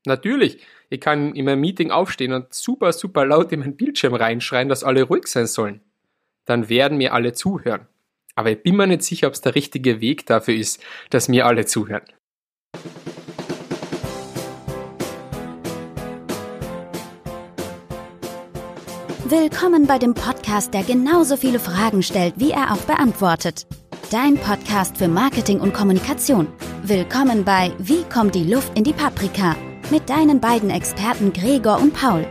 Natürlich, ich kann in meinem Meeting aufstehen und super, super laut in meinen Bildschirm reinschreien, dass alle ruhig sein sollen. Dann werden mir alle zuhören. Aber ich bin mir nicht sicher, ob es der richtige Weg dafür ist, dass mir alle zuhören. Willkommen bei dem Podcast, der genauso viele Fragen stellt, wie er auch beantwortet. Dein Podcast für Marketing und Kommunikation. Willkommen bei Wie kommt die Luft in die Paprika? Mit deinen beiden Experten Gregor und Paul.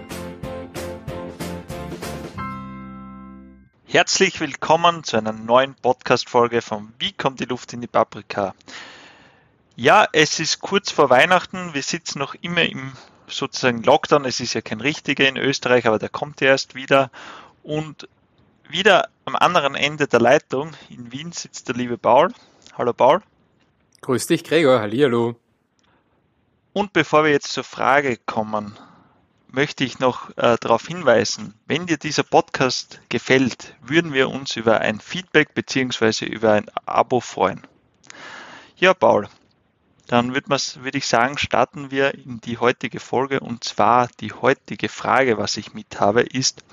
Herzlich willkommen zu einer neuen Podcast-Folge von Wie kommt die Luft in die Paprika? Ja, es ist kurz vor Weihnachten. Wir sitzen noch immer im sozusagen Lockdown. Es ist ja kein richtiger in Österreich, aber der kommt ja erst wieder. Und wieder am anderen Ende der Leitung in Wien sitzt der liebe Paul. Hallo Paul. Grüß dich Gregor, hallihallo. Und bevor wir jetzt zur Frage kommen, möchte ich noch darauf hinweisen, wenn dir dieser Podcast gefällt, würden wir uns über ein Feedback bzw. über ein Abo freuen. Ja, Paul, dann würde ich sagen, starten wir in die heutige Folge, und zwar die heutige Frage, was ich mit habe, ist: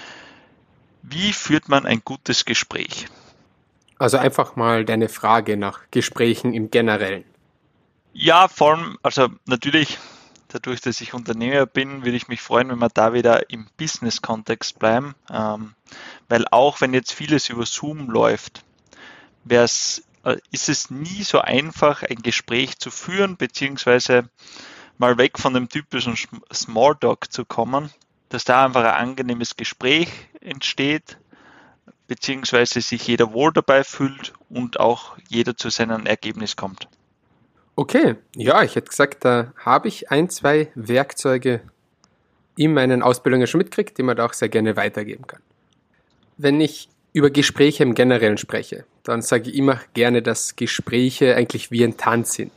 Wie führt man ein gutes Gespräch? Also einfach mal deine Frage nach Gesprächen im Generellen. Ja, vor allem, also natürlich, dadurch, dass ich Unternehmer bin, würde ich mich freuen, wenn wir da wieder im Business-Kontext bleiben, weil auch wenn jetzt vieles über Zoom läuft, ist es nie so einfach, ein Gespräch zu führen, beziehungsweise mal weg von dem typischen Smalltalk zu kommen, dass da einfach ein angenehmes Gespräch entsteht, beziehungsweise sich jeder wohl dabei fühlt und auch jeder zu seinem Ergebnis kommt. Okay, ja, ich hätte gesagt, da habe ich 1-2 Werkzeuge in meinen Ausbildungen schon mitgekriegt, die man da auch sehr gerne weitergeben kann. Wenn ich über Gespräche im Generellen spreche, dann sage ich immer gerne, dass Gespräche eigentlich wie ein Tanz sind.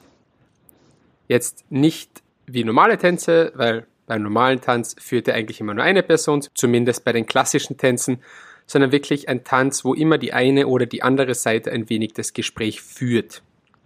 Jetzt nicht wie normale Tänze, weil beim normalen Tanz führt ja eigentlich immer nur eine Person, zumindest bei den klassischen Tänzen, sondern wirklich ein Tanz, wo immer die eine oder die andere Seite ein wenig das Gespräch führt.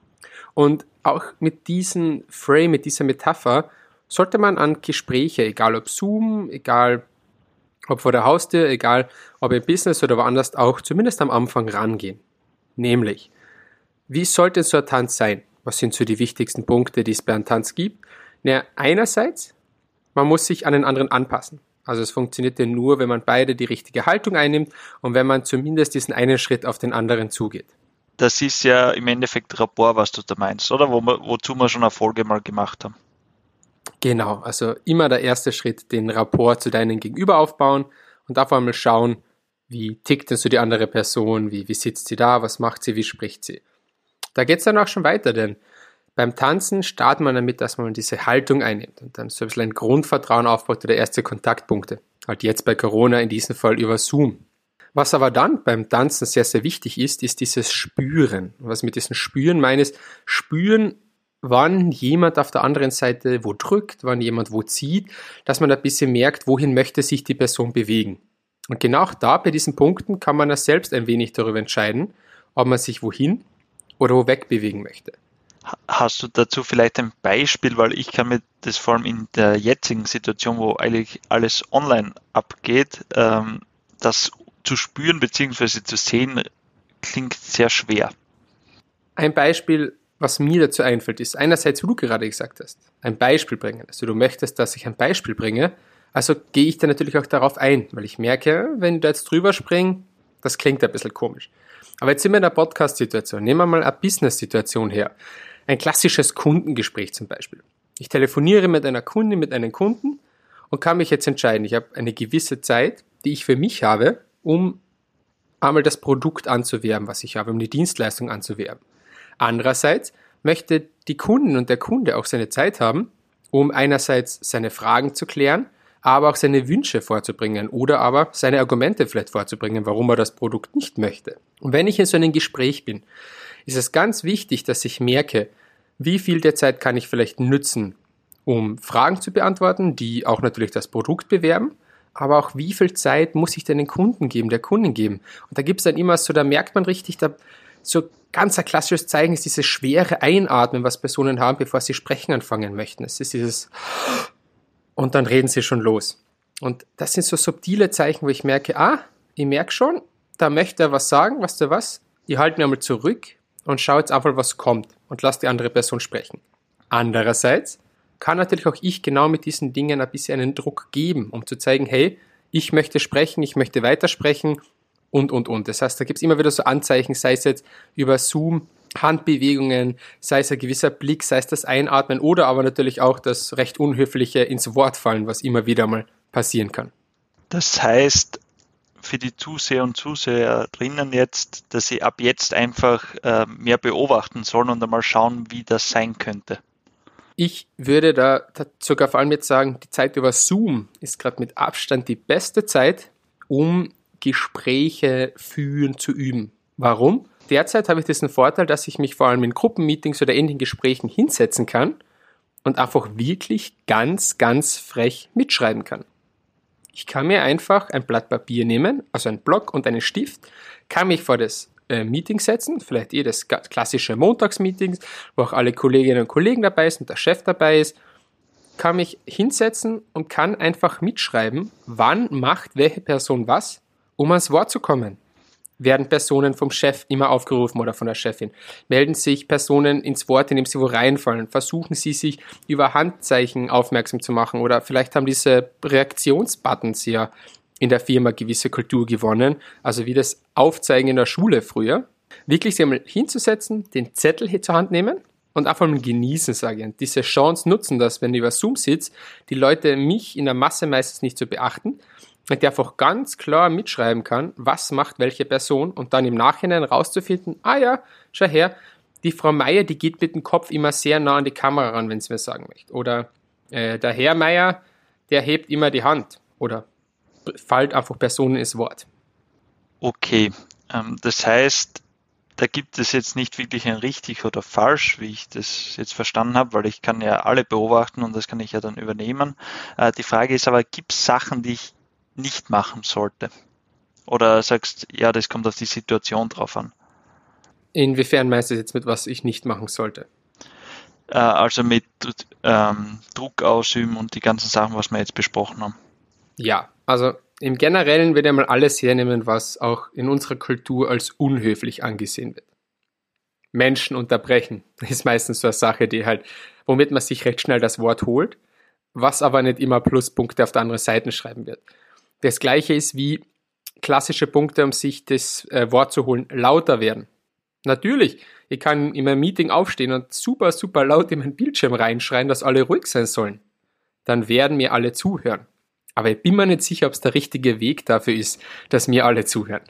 Und auch mit diesem Frame, mit dieser Metapher, sollte man an Gespräche, egal ob Zoom, egal ob vor der Haustür, egal ob im Business oder woanders, auch zumindest am Anfang rangehen. Nämlich, wie sollte so ein Tanz sein? Was sind so die wichtigsten Punkte, die es bei einem Tanz gibt? Na, einerseits, man muss sich an den anderen anpassen. Also es funktioniert ja nur, wenn man beide die richtige Haltung einnimmt und wenn man zumindest diesen einen Schritt auf den anderen zugeht. Das ist ja im Endeffekt Rapport, was du da meinst, oder? Wozu wir schon eine Folge mal gemacht haben. Genau, also immer der erste Schritt, den Rapport zu deinem Gegenüber aufbauen und davor einmal schauen, wie tickt denn so die andere Person, wie sitzt sie da, was macht sie, wie spricht sie. Da geht es dann auch schon weiter, denn beim Tanzen startet man damit, dass man diese Haltung einnimmt und dann so ein bisschen ein Grundvertrauen aufbaut oder erste Kontaktpunkte. Halt jetzt bei Corona in diesem Fall über Zoom. Was aber dann beim Tanzen sehr, sehr wichtig ist dieses Spüren. Was ich mit diesem Spüren meine, ist spüren, wann jemand auf der anderen Seite wo drückt, wann jemand wo zieht, dass man ein bisschen merkt, wohin möchte sich die Person bewegen. Und genau da bei diesen Punkten kann man ja selbst ein wenig darüber entscheiden, ob man sich wohin oder wo wegbewegen möchte. Hast du dazu vielleicht ein Beispiel, weil ich kann mir das vor allem in der jetzigen Situation, wo eigentlich alles online abgeht, das zu spüren bzw. zu sehen, klingt sehr schwer. Ein Beispiel, was mir dazu einfällt, ist einerseits, wie du gerade gesagt hast, ein Beispiel bringen. Also du möchtest, dass ich ein Beispiel bringe, also gehe ich da natürlich auch darauf ein, weil ich merke, wenn ich da jetzt drüber springe, das klingt ein bisschen komisch. Aber jetzt sind wir in einer Podcast-Situation. Nehmen wir mal eine Business-Situation her. Ein klassisches Kundengespräch zum Beispiel. Ich telefoniere mit einer Kundin, mit einem Kunden und kann mich jetzt entscheiden. Ich habe eine gewisse Zeit, die ich für mich habe, um einmal das Produkt anzuwerben, was ich habe, um die Dienstleistung anzuwerben. Andererseits möchte die Kundin und der Kunde auch seine Zeit haben, um einerseits seine Fragen zu klären, aber auch seine Wünsche vorzubringen oder aber seine Argumente vielleicht vorzubringen, warum er das Produkt nicht möchte. Und wenn ich in so einem Gespräch bin, ist es ganz wichtig, dass ich merke, wie viel der Zeit kann ich vielleicht nutzen, um Fragen zu beantworten, die auch natürlich das Produkt bewerben, aber auch wie viel Zeit muss ich denn den Kunden geben, der Kundin geben. Und da gibt es dann immer so, da merkt man richtig, da So ganz ein klassisches Zeichen ist dieses schwere Einatmen, was Personen haben, bevor sie sprechen anfangen möchten. Es ist dieses und dann reden sie schon los. Und das sind so subtile Zeichen, wo ich merke, ich merke schon, da möchte er was sagen, weißt du was? Ich halte mich einmal zurück und schaue jetzt einfach, was kommt und lasse die andere Person sprechen. Andererseits kann natürlich auch ich genau mit diesen Dingen ein bisschen einen Druck geben, um zu zeigen, hey, ich möchte sprechen, ich möchte weitersprechen und. Das heißt, da gibt es immer wieder so Anzeichen, sei es jetzt über Zoom, Handbewegungen, sei es ein gewisser Blick, sei es das Einatmen oder aber natürlich auch das recht unhöfliche ins Wort fallen, was immer wieder mal passieren kann. Das heißt, für die Zuseher und Zuseherinnen jetzt, dass sie ab jetzt einfach mehr beobachten sollen und einmal schauen, wie das sein könnte. Ich würde da sogar vor allem jetzt sagen, die Zeit über Zoom ist gerade mit Abstand die beste Zeit, um Gespräche führen zu üben. Warum? Derzeit habe ich diesen Vorteil, dass ich mich vor allem in Gruppenmeetings oder ähnlichen Gesprächen hinsetzen kann und einfach wirklich ganz, ganz frech mitschreiben kann. Ich kann mir einfach ein Blatt Papier nehmen, also einen Block und einen Stift, kann mich vor das Meeting setzen, vielleicht das klassische Montagsmeetings, wo auch alle Kolleginnen und Kollegen dabei sind und der Chef dabei ist, kann mich hinsetzen und kann einfach mitschreiben, wann macht welche Person was, um ans Wort zu kommen. Werden Personen vom Chef immer aufgerufen oder von der Chefin? Melden sich Personen ins Wort, indem sie wo reinfallen? Versuchen sie sich über Handzeichen aufmerksam zu machen oder vielleicht haben diese Reaktionsbuttons ja in der Firma gewisse Kultur gewonnen, also wie das Aufzeigen in der Schule früher. Wirklich sich einmal hinzusetzen, den Zettel hier zur Hand nehmen und einfach mal genießen, sage ich. Und diese Chance nutzen, dass, wenn ich über Zoom sitze, die Leute mich in der Masse meistens nicht zu beachten, und der einfach ganz klar mitschreiben kann, was macht welche Person und dann im Nachhinein rauszufinden, schau her, die Frau Meier, die geht mit dem Kopf immer sehr nah an die Kamera ran, wenn sie mir sagen möchte. Oder der Herr Meier, der hebt immer die Hand. Oder fällt einfach Personen ins Wort. Okay, das heißt, da gibt es jetzt nicht wirklich ein richtig oder falsch, wie ich das jetzt verstanden habe, weil ich kann ja alle beobachten und das kann ich ja dann übernehmen. Die Frage ist aber, gibt es Sachen, die ich nicht machen sollte? Oder sagst, ja, das kommt auf die Situation drauf an? Inwiefern meinst du jetzt mit, was ich nicht machen sollte? Also mit Druck ausüben und die ganzen Sachen, was wir jetzt besprochen haben. Ja, also im Generellen würde ich mal alles hernehmen, was auch in unserer Kultur als unhöflich angesehen wird. Menschen unterbrechen ist meistens so eine Sache, womit man sich recht schnell das Wort holt, was aber nicht immer Pluspunkte auf der anderen Seite schreiben wird. Das Gleiche ist wie klassische Punkte, um sich das Wort zu holen, lauter werden. Natürlich, ich kann in meinem Meeting aufstehen und super, super laut in meinen Bildschirm reinschreien, dass alle ruhig sein sollen. Dann werden mir alle zuhören. Aber ich bin mir nicht sicher, ob es der richtige Weg dafür ist, dass mir alle zuhören.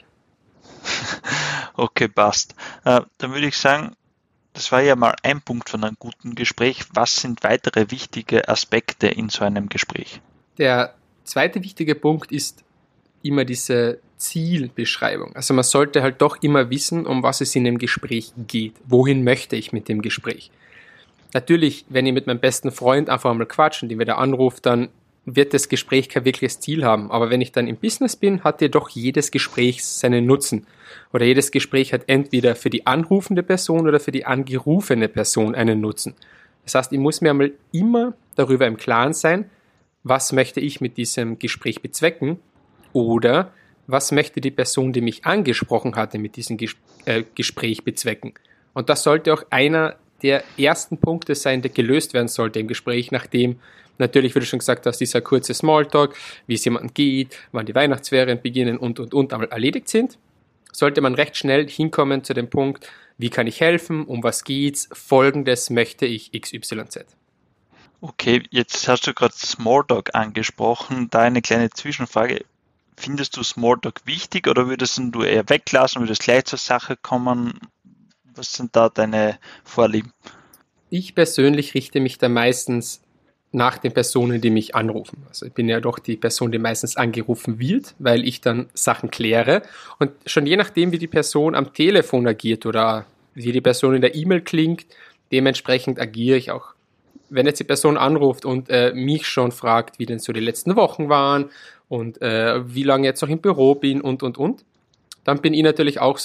Okay, passt. Dann würde ich sagen, das war ja mal ein Punkt von einem guten Gespräch. Was sind weitere wichtige Aspekte in so einem Gespräch? Der zweite wichtige Punkt ist immer diese Zielbeschreibung. Also man sollte halt doch immer wissen, um was es in dem Gespräch geht. Wohin möchte ich mit dem Gespräch? Natürlich, wenn ich mit meinem besten Freund einfach einmal quatsche und ihn wieder anrufe, dann wird das Gespräch kein wirkliches Ziel haben. Aber wenn ich dann im Business bin, hat ja doch jedes Gespräch seinen Nutzen. Oder jedes Gespräch hat entweder für die anrufende Person oder für die angerufene Person einen Nutzen. Das heißt, ich muss mir einmal immer darüber im Klaren sein, was möchte ich mit diesem Gespräch bezwecken oder was möchte die Person, die mich angesprochen hatte, mit diesem Gespräch bezwecken. Und das sollte auch einer der ersten Punkte sein, der gelöst werden sollte im Gespräch, nachdem natürlich, wie du schon gesagt hast, dieser kurze Smalltalk, wie es jemandem geht, wann die Weihnachtsferien beginnen und einmal erledigt sind, sollte man recht schnell hinkommen zu dem Punkt, wie kann ich helfen, um was geht's, folgendes möchte ich XYZ. Okay, jetzt hast du gerade Smalltalk angesprochen, da eine kleine Zwischenfrage. Findest du Smalltalk wichtig oder würdest du eher weglassen, würdest gleich zur Sache kommen? Was sind da deine Vorlieben? Ich persönlich richte mich da meistens nach den Personen, die mich anrufen. Also ich bin ja doch die Person, die meistens angerufen wird, weil ich dann Sachen kläre. Und schon je nachdem, wie die Person am Telefon agiert oder wie die Person in der E-Mail klingt, dementsprechend agiere ich auch. Wenn jetzt die Person anruft und mich schon fragt, wie denn so die letzten Wochen waren und wie lange jetzt noch im Büro bin und, dann bin ich natürlich auch so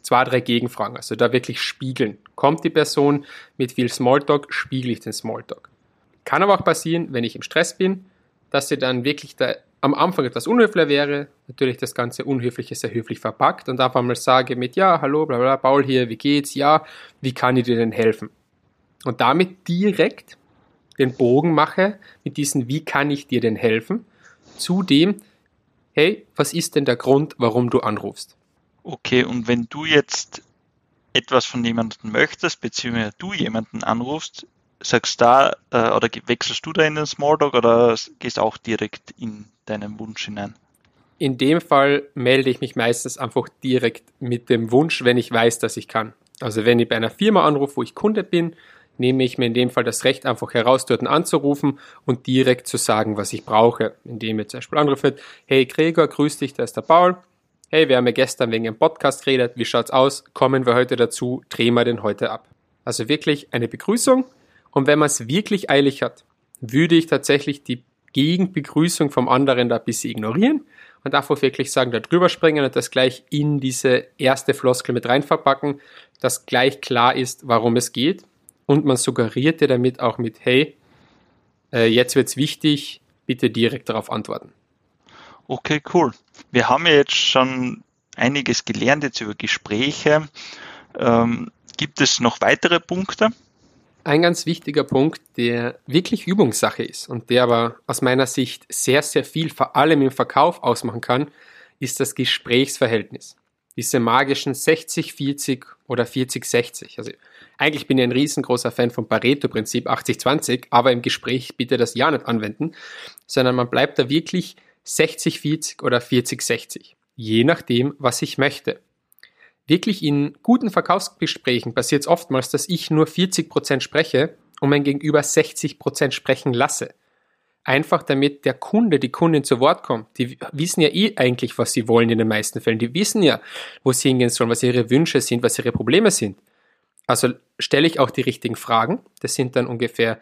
2, 3 Gegenfragen, also da wirklich spiegeln. Kommt die Person mit viel Smalltalk, spiegel ich den Smalltalk. Kann aber auch passieren, wenn ich im Stress bin, dass sie dann wirklich da am Anfang etwas unhöflicher wäre, natürlich das ganze Unhöfliche sehr höflich verpackt und einfach mal sage mit, ja, hallo, bla bla, Paul hier, wie geht's, ja, wie kann ich dir denn helfen? Und damit direkt den Bogen mache mit diesen, wie kann ich dir denn helfen, zu dem, hey, was ist denn der Grund, warum du anrufst? Okay, und wenn du jetzt etwas von jemandem möchtest, beziehungsweise du jemanden anrufst, sagst da oder wechselst du da in den Smalltalk oder gehst auch direkt in deinen Wunsch hinein? In dem Fall melde ich mich meistens einfach direkt mit dem Wunsch, wenn ich weiß, dass ich kann. Also wenn ich bei einer Firma anrufe, wo ich Kunde bin, nehme ich mir in dem Fall das Recht, einfach heraus dort anzurufen und direkt zu sagen, was ich brauche. Indem ihr zum Beispiel anruft, hey Gregor, grüß dich, da ist der Paul. Hey, wir haben ja gestern wegen einem Podcast geredet, wie schaut's aus? Kommen wir heute dazu, drehen wir den heute ab. Also wirklich eine Begrüßung. Und wenn man es wirklich eilig hat, würde ich tatsächlich die Gegenbegrüßung vom anderen da ein bisschen ignorieren und einfach wirklich sagen, da drüber springen und das gleich in diese erste Floskel mit rein verpacken, dass gleich klar ist, warum es geht. Und man suggeriert dir damit auch mit, hey, jetzt wird's wichtig, bitte direkt darauf antworten. Okay, cool. Wir haben ja jetzt schon einiges gelernt jetzt über Gespräche. Gibt es noch weitere Punkte? Ein ganz wichtiger Punkt, der wirklich Übungssache ist und der aber aus meiner Sicht sehr, sehr viel, vor allem im Verkauf ausmachen kann, ist das Gesprächsverhältnis. Diese magischen 60-40 oder 40-60. Also eigentlich bin ich ein riesengroßer Fan vom Pareto-Prinzip 80-20, aber im Gespräch bitte das ja nicht anwenden, sondern man bleibt da wirklich 60-40 oder 40-60. Je nachdem, was ich möchte. Wirklich in guten Verkaufsgesprächen passiert es oftmals, dass ich nur 40% spreche und mein Gegenüber 60% sprechen lasse. Einfach damit der Kunde, die Kundin zu Wort kommt. Die wissen ja eigentlich, was sie wollen in den meisten Fällen. Die wissen ja, wo sie hingehen sollen, was ihre Wünsche sind, was ihre Probleme sind. Also stelle ich auch die richtigen Fragen. Das sind dann ungefähr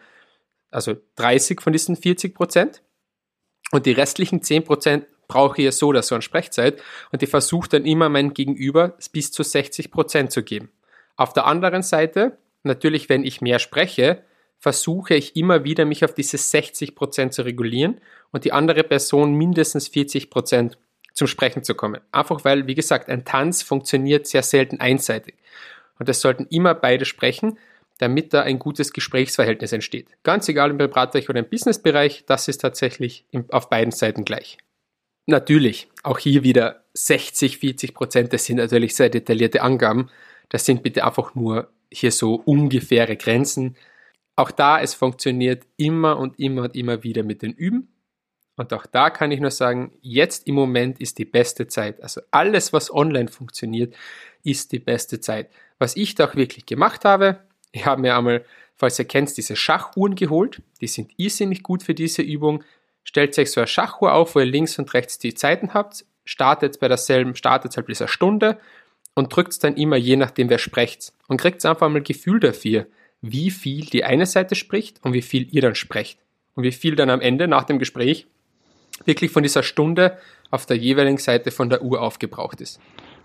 30 von diesen 40%. Und die restlichen 10% brauche ich ja so oder so an Sprechzeit und ich versuche dann immer mein Gegenüber bis zu 60% zu geben. Auf der anderen Seite, natürlich, wenn ich mehr spreche, versuche ich immer wieder, mich auf diese 60% zu regulieren und die andere Person mindestens 40% zum Sprechen zu kommen. Einfach weil, wie gesagt, ein Tanz funktioniert sehr selten einseitig. Und es sollten immer beide sprechen, damit da ein gutes Gesprächsverhältnis entsteht. Ganz egal im Privatbereich oder im Businessbereich, das ist tatsächlich auf beiden Seiten gleich. Natürlich, auch hier wieder 60-40%, das sind natürlich sehr detaillierte Angaben. Das sind bitte einfach nur hier so ungefähre Grenzen. Auch da, es funktioniert immer und immer und immer wieder mit den Üben. Und auch da kann ich nur sagen, jetzt im Moment ist die beste Zeit. Also alles, was online funktioniert, ist die beste Zeit. Was ich da auch wirklich gemacht habe, ich habe mir einmal, falls ihr kennt, diese Schachuhren geholt. Die sind irrsinnig gut für diese Übung. Stellt euch so eine Schachuhr auf, wo ihr links und rechts die Zeiten habt. Startet bei derselben, startet halt bis eine Stunde und drückt dann immer, je nachdem wer spricht. Und kriegt einfach mal ein Gefühl dafür, wie viel die eine Seite spricht und wie viel ihr dann sprecht. Und wie viel dann am Ende, nach dem Gespräch, wirklich von dieser Stunde auf der jeweiligen Seite von der Uhr aufgebraucht ist.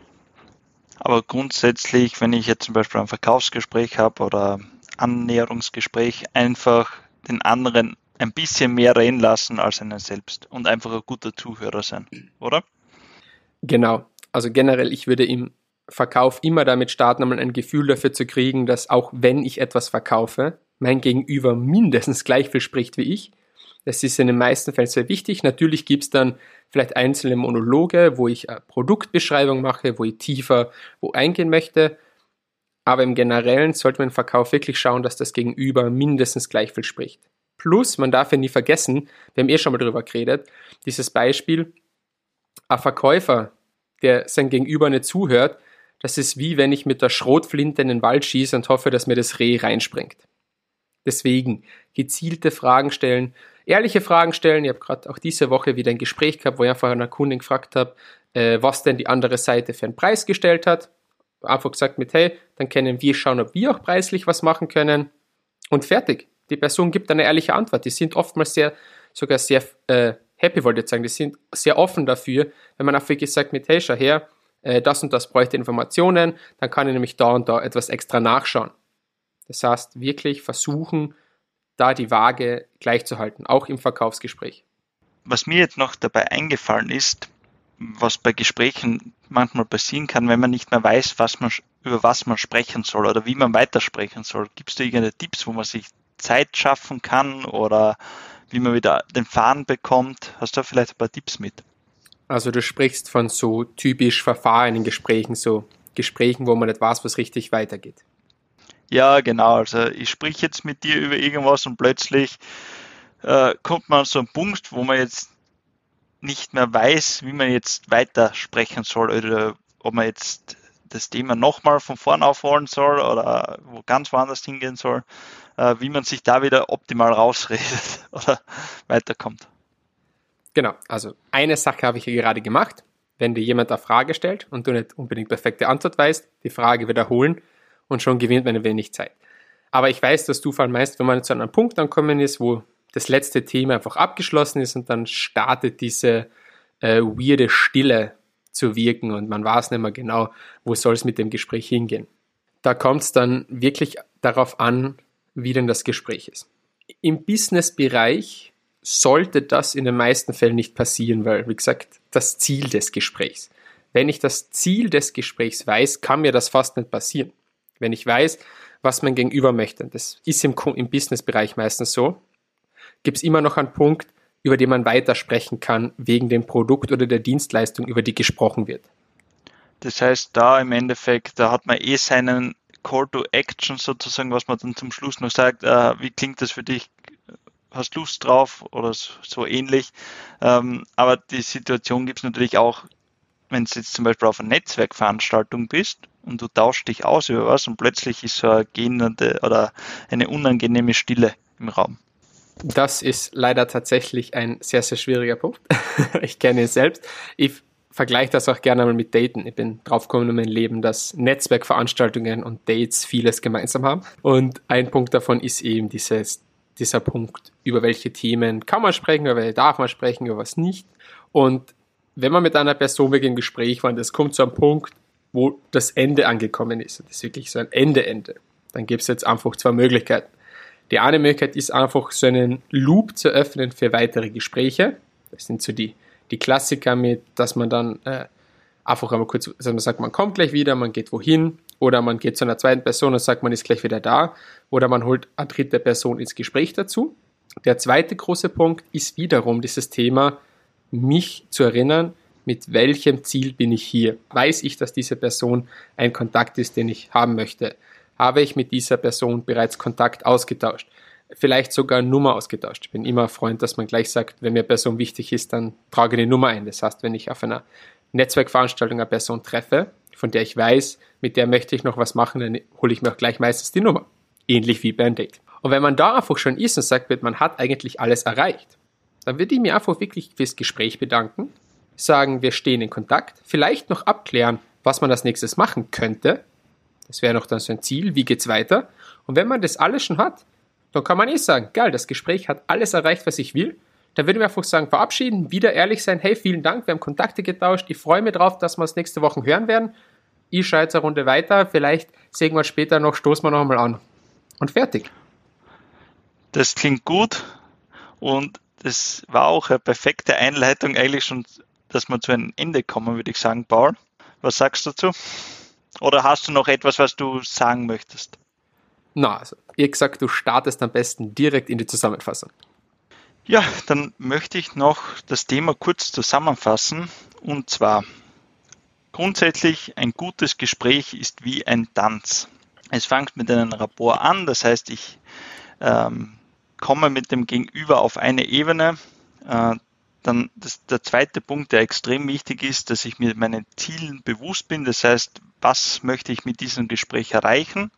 Aber grundsätzlich, wenn ich jetzt zum Beispiel ein Verkaufsgespräch habe oder Annäherungsgespräch, einfach den anderen ein bisschen mehr reden lassen als einen selbst und einfach ein guter Zuhörer sein, oder? Genau. Also generell, ich würde im Verkauf immer damit starten, einmal ein Gefühl dafür zu kriegen, dass auch wenn ich etwas verkaufe, mein Gegenüber mindestens gleich viel spricht wie ich. Das ist in den meisten Fällen sehr wichtig. Natürlich gibt es dann vielleicht einzelne Monologe, wo ich eine Produktbeschreibung mache, wo ich tiefer eingehen möchte. Aber im Generellen sollte man im Verkauf wirklich schauen, dass das Gegenüber mindestens gleich viel spricht. Plus, man darf ja nie vergessen, wir haben schon mal darüber geredet, dieses Beispiel, ein Verkäufer, der sein Gegenüber nicht zuhört, das ist wie wenn ich mit der Schrotflinte in den Wald schieße und hoffe, dass mir das Reh reinspringt. Deswegen gezielte Fragen stellen, ehrliche Fragen stellen. Ich habe gerade auch diese Woche wieder ein Gespräch gehabt, wo ich einfach einer Kundin gefragt habe, was denn die andere Seite für einen Preis gestellt hat. Einfach gesagt mit, hey, dann können wir schauen, ob wir auch preislich was machen können. Und fertig. Die Person gibt eine ehrliche Antwort. Die sind oftmals sogar sehr happy, wollte ich sagen. Die sind sehr offen dafür, wenn man auch wirklich sagt mit, hey, schau her, das und das bräuchte Informationen, dann kann ich nämlich da und da etwas extra nachschauen. Das heißt, wirklich versuchen, da die Waage gleich zu halten, auch im Verkaufsgespräch. Was mir jetzt noch dabei eingefallen ist, was bei Gesprächen manchmal passieren kann, wenn man nicht mehr weiß, über was man sprechen soll oder wie man weitersprechen soll. Gibt es da irgendwelche Tipps, wo man sich Zeit schaffen kann oder wie man wieder den Faden bekommt? Hast du da vielleicht ein paar Tipps mit? Also du sprichst von so typisch verfahrenen Gesprächen, so Gesprächen, wo man nicht weiß, was richtig weitergeht. Ja, genau. Also ich sprich jetzt mit dir über irgendwas und plötzlich kommt man an so einen Punkt, wo man jetzt nicht mehr weiß, wie man jetzt weiter sprechen soll oder ob man jetzt das Thema nochmal von vorn aufrollen soll oder wo ganz woanders hingehen soll, wie man sich da wieder optimal rausredet oder weiterkommt. Genau, also eine Sache habe ich hier gerade gemacht. Wenn dir jemand eine Frage stellt und du nicht unbedingt perfekte Antwort weißt, die Frage wiederholen und schon gewinnt man ein wenig Zeit. Aber ich weiß, dass du vor allem meinst, wenn man zu einem Punkt angekommen ist, wo das letzte Thema einfach abgeschlossen ist und dann startet diese weirde Stille zu wirken und man weiß nicht mehr genau, wo soll es mit dem Gespräch hingehen. Da kommt es dann wirklich darauf an, wie denn das Gespräch ist. Im Business-Bereich sollte das in den meisten Fällen nicht passieren, weil, wie gesagt, das Ziel des Gesprächs. Wenn ich das Ziel des Gesprächs weiß, kann mir das fast nicht passieren. Wenn ich weiß, was mein Gegenüber möchte, das ist im Business-Bereich meistens so, gibt es immer noch einen Punkt, über den man weiter sprechen kann, wegen dem Produkt oder der Dienstleistung, über die gesprochen wird. Das heißt, da im Endeffekt, da hat man seinen Call to Action sozusagen, was man dann zum Schluss noch sagt, wie klingt das für dich? Hast Lust drauf oder so ähnlich. Aber die Situation gibt es natürlich auch, wenn du jetzt zum Beispiel auf einer Netzwerkveranstaltung bist und du tauschst dich aus über was und plötzlich ist so eine gähnende oder eine unangenehme Stille im Raum. Das ist leider tatsächlich ein sehr, sehr schwieriger Punkt. Ich kenne es selbst. Ich vergleiche das auch gerne mal mit Daten. Ich bin draufgekommen in meinem Leben, dass Netzwerkveranstaltungen und Dates vieles gemeinsam haben. Und ein Punkt davon ist eben dieser Punkt, über welche Themen kann man sprechen, über welche darf man sprechen, über was nicht. Und wenn man mit einer Person wirklich im Gespräch war und es kommt zu einem Punkt, wo das Ende angekommen ist, und das ist wirklich so ein Ende, dann gibt es jetzt einfach zwei Möglichkeiten. Die eine Möglichkeit ist einfach so einen Loop zu öffnen für weitere Gespräche. Das sind so die Klassiker mit, dass man dann einfach einmal kurz, also man sagt, man kommt gleich wieder, man geht wohin oder man geht zu einer zweiten Person und sagt, man ist gleich wieder da oder man holt eine dritte Person ins Gespräch dazu. Der zweite große Punkt ist wiederum dieses Thema, mich zu erinnern, mit welchem Ziel bin ich hier? Weiß ich, dass diese Person ein Kontakt ist, den ich haben möchte? Habe ich mit dieser Person bereits Kontakt ausgetauscht? Vielleicht sogar eine Nummer ausgetauscht. Ich bin immer ein Freund, dass man gleich sagt, wenn mir eine Person wichtig ist, dann trage ich eine Nummer ein. Das heißt, wenn ich auf einer Netzwerkveranstaltung eine Person treffe, von der ich weiß, mit der möchte ich noch was machen, dann hole ich mir auch gleich meistens die Nummer. Ähnlich wie bei einem Date. Und wenn man da einfach schon ist und sagt, man hat eigentlich alles erreicht, dann würde ich mir einfach wirklich fürs Gespräch bedanken, sagen, wir stehen in Kontakt, vielleicht noch abklären, was man als nächstes machen könnte. Das wäre noch dann so ein Ziel, wie geht's weiter? Und wenn man das alles schon hat, dann kann man sagen, geil, das Gespräch hat alles erreicht, was ich will. Dann würde ich mir einfach sagen, verabschieden, wieder ehrlich sein, hey, vielen Dank, wir haben Kontakte getauscht, ich freue mich drauf, dass wir uns nächste Woche hören werden. Ich schaue jetzt eine Runde weiter, vielleicht sehen wir später noch, stoßen wir noch einmal an. Und fertig. Das klingt gut und das war auch eine perfekte Einleitung eigentlich schon, dass wir zu einem Ende kommen, würde ich sagen, Paul. Was sagst du dazu? Oder hast du noch etwas, was du sagen möchtest? Na, also, wie gesagt, du startest am besten direkt in die Zusammenfassung. Ja, dann möchte ich noch das Thema kurz zusammenfassen. Und zwar, grundsätzlich ein gutes Gespräch ist wie ein Tanz. Es fängt mit einem Rapport an, das heißt, ich komme mit dem Gegenüber auf eine Ebene. Dann der zweite Punkt, der extrem wichtig ist, dass ich mir meinen Zielen bewusst bin. Das heißt, was möchte ich mit diesem Gespräch erreichen?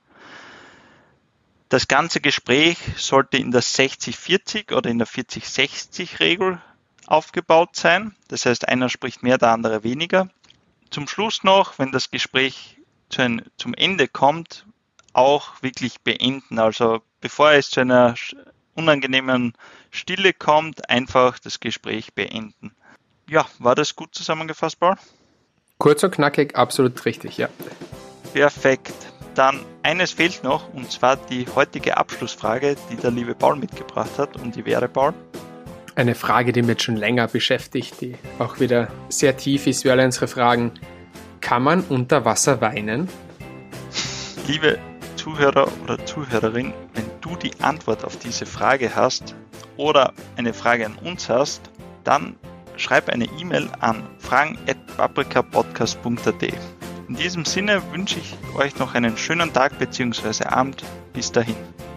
Das ganze Gespräch sollte in der 60-40 oder in der 40-60-Regel aufgebaut sein. Das heißt, einer spricht mehr, der andere weniger. Zum Schluss noch, wenn das Gespräch zum Ende kommt, auch wirklich beenden. Also bevor es zu einer unangenehmen Stille kommt, einfach das Gespräch beenden. Ja, war das gut zusammengefasst, Paul? Kurz und knackig, absolut richtig, ja. Perfekt. Dann eines fehlt noch, und zwar die heutige Abschlussfrage, die der liebe Paul mitgebracht hat. Und die wäre, Paul? Eine Frage, die mich jetzt schon länger beschäftigt, die auch wieder sehr tief ist, wie alle unsere Fragen. Kann man unter Wasser weinen? Liebe Zuhörer oder Zuhörerin, wenn du die Antwort auf diese Frage hast oder eine Frage an uns hast, dann schreib eine E-Mail an fragen@paprikapodcast.at. In diesem Sinne wünsche ich euch noch einen schönen Tag bzw. Abend. Bis dahin.